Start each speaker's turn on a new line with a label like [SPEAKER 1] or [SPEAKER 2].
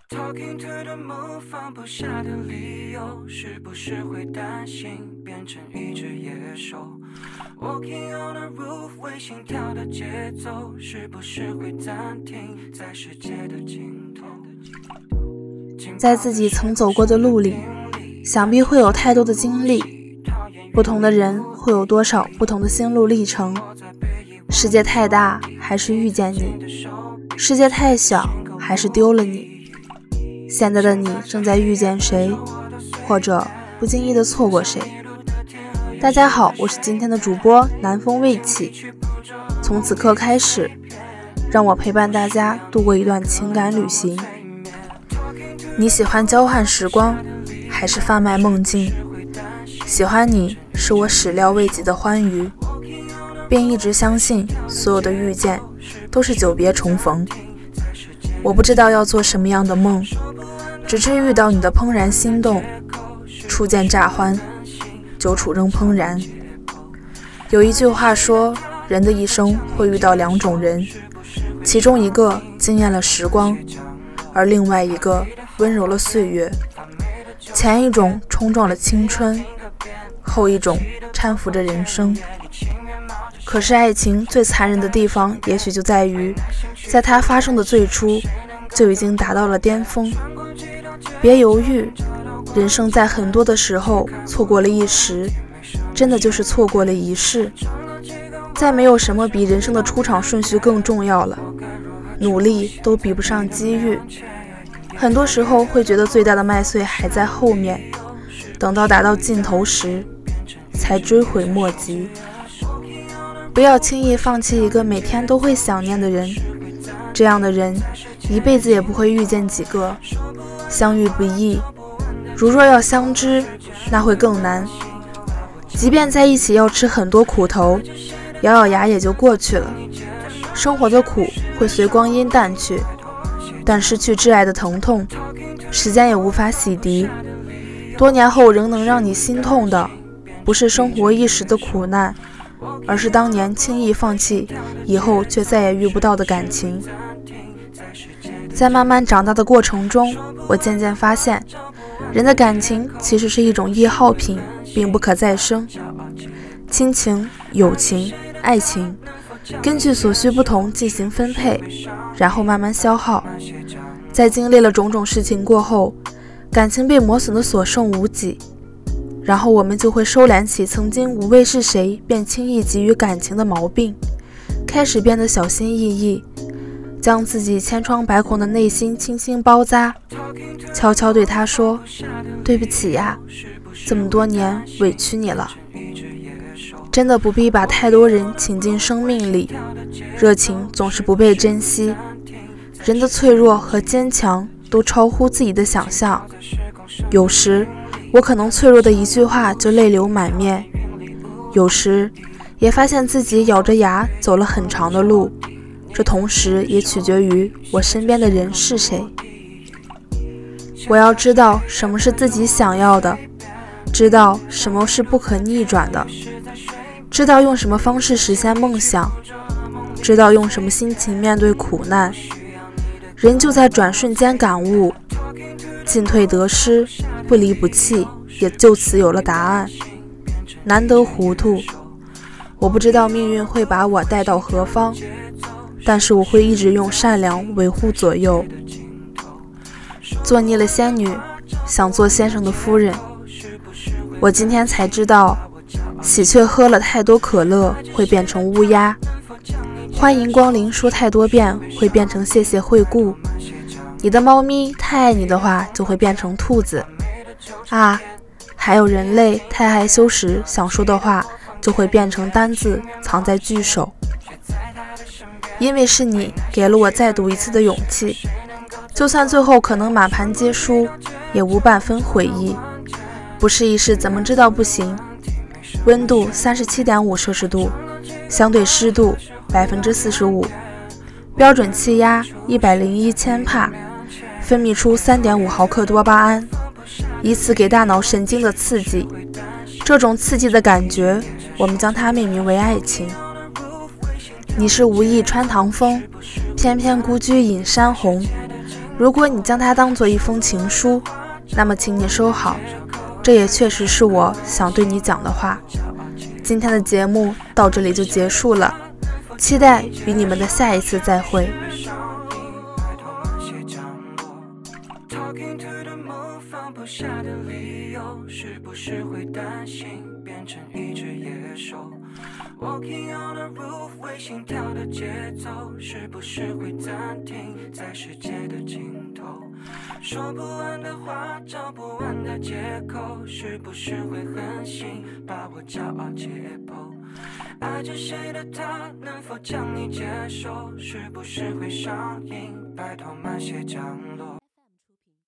[SPEAKER 1] Talking to the moon， 放不下的理由，是不是会担心变成一只野兽 ？Walking on the roof， 为心跳的节奏，是不是会暂停在世界的尽头？
[SPEAKER 2] 在自己曾走过的路里，想必会有太多的经历，不同的人会有多少不同的心路历程。世界太大，还是遇见你；世界太小，还是丢了你。现在的你正在遇见谁，或者不经意的错过谁。大家好，我是今天的主播南风未起。从此刻开始，让我陪伴大家度过一段情感旅行。你喜欢交换时光，还是贩卖梦境？喜欢你是我始料未及的欢愉，并一直相信所有的遇见都是久别重逢。我不知道要做什么样的梦，只是遇到你的怦然心动，初见乍欢，久处仍怦然。有一句话说，人的一生会遇到两种人，其中一个惊艳了时光，而另外一个温柔了岁月。前一种冲撞了青春，后一种搀扶着人生。可是爱情最残忍的地方，也许就在于在它发生的最初就已经达到了巅峰。别犹豫，人生在很多的时候错过了一时，真的就是错过了一世。再没有什么比人生的出场顺序更重要了，努力都比不上机遇。很多时候会觉得最大的麦穗还在后面，等到达到尽头时才追悔莫及。不要轻易放弃一个每天都会想念的人，这样的人一辈子也不会遇见几个。相遇不易，如若要相知，那会更难。即便在一起要吃很多苦头，咬咬牙也就过去了。生活的苦会随光阴淡去，但失去挚爱的疼痛，时间也无法洗涤。多年后仍能让你心痛的，不是生活一时的苦难，而是当年轻易放弃，以后却再也遇不到的感情。在慢慢长大的过程中，我渐渐发现，人的感情其实是一种易耗品，并不可再生。亲情、友情、爱情，根据所需不同进行分配，然后慢慢消耗。在经历了种种事情过后，感情被磨损的所剩无几，然后我们就会收敛起曾经无畏是谁便轻易给予感情的毛病，开始变得小心翼翼，将自己千疮百孔的内心轻轻包扎，悄悄对他说，对不起呀，这么多年委屈你了。真的不必把太多人请进生命里，热情总是不被珍惜。人的脆弱和坚强都超乎自己的想象，有时我可能脆弱的一句话就泪流满面，有时也发现自己咬着牙走了很长的路，这同时也取决于我身边的人是谁。我要知道什么是自己想要的，知道什么是不可逆转的，知道用什么方式实现梦想，知道用什么心情面对苦难。人就在转瞬间感悟，进退得失，不离不弃，也就此有了答案。难得糊涂，我不知道命运会把我带到何方，但是我会一直用善良维护左右。做腻了仙女，想做先生的夫人。我今天才知道，喜鹊喝了太多可乐会变成乌鸦，欢迎光临说太多遍会变成谢谢惠顾，你的猫咪太爱你的话就会变成兔子啊，还有人类太害羞时想说的话就会变成单字藏在句首。因为是你给了我再读一次的勇气，就算最后可能满盘皆输，也无半分悔意。不试一试怎么知道不行？温度37.5摄氏度，相对湿度45%，标准气压101千帕，分泌出3.5毫克多巴胺，以此给大脑神经的刺激。这种刺激的感觉，我们将它命名为爱情。你是无意穿堂风，偏偏孤居饮山红。 如果你将它当作一封情书，那么请你收好，这也确实是我想对你讲的话。今天的节目到这里就结束了，期待与你们的下一次再会。
[SPEAKER 1] 放不下的理由，是不是会担心变成一只野兽 Walking on the roof 为心跳的节奏，是不是会暂停在世界的尽头，说不完的话，找不完的借口，是不是会狠心把我骄傲解剖，爱着谁的他能否将你接受，是不是会上瘾拜托慢些降落，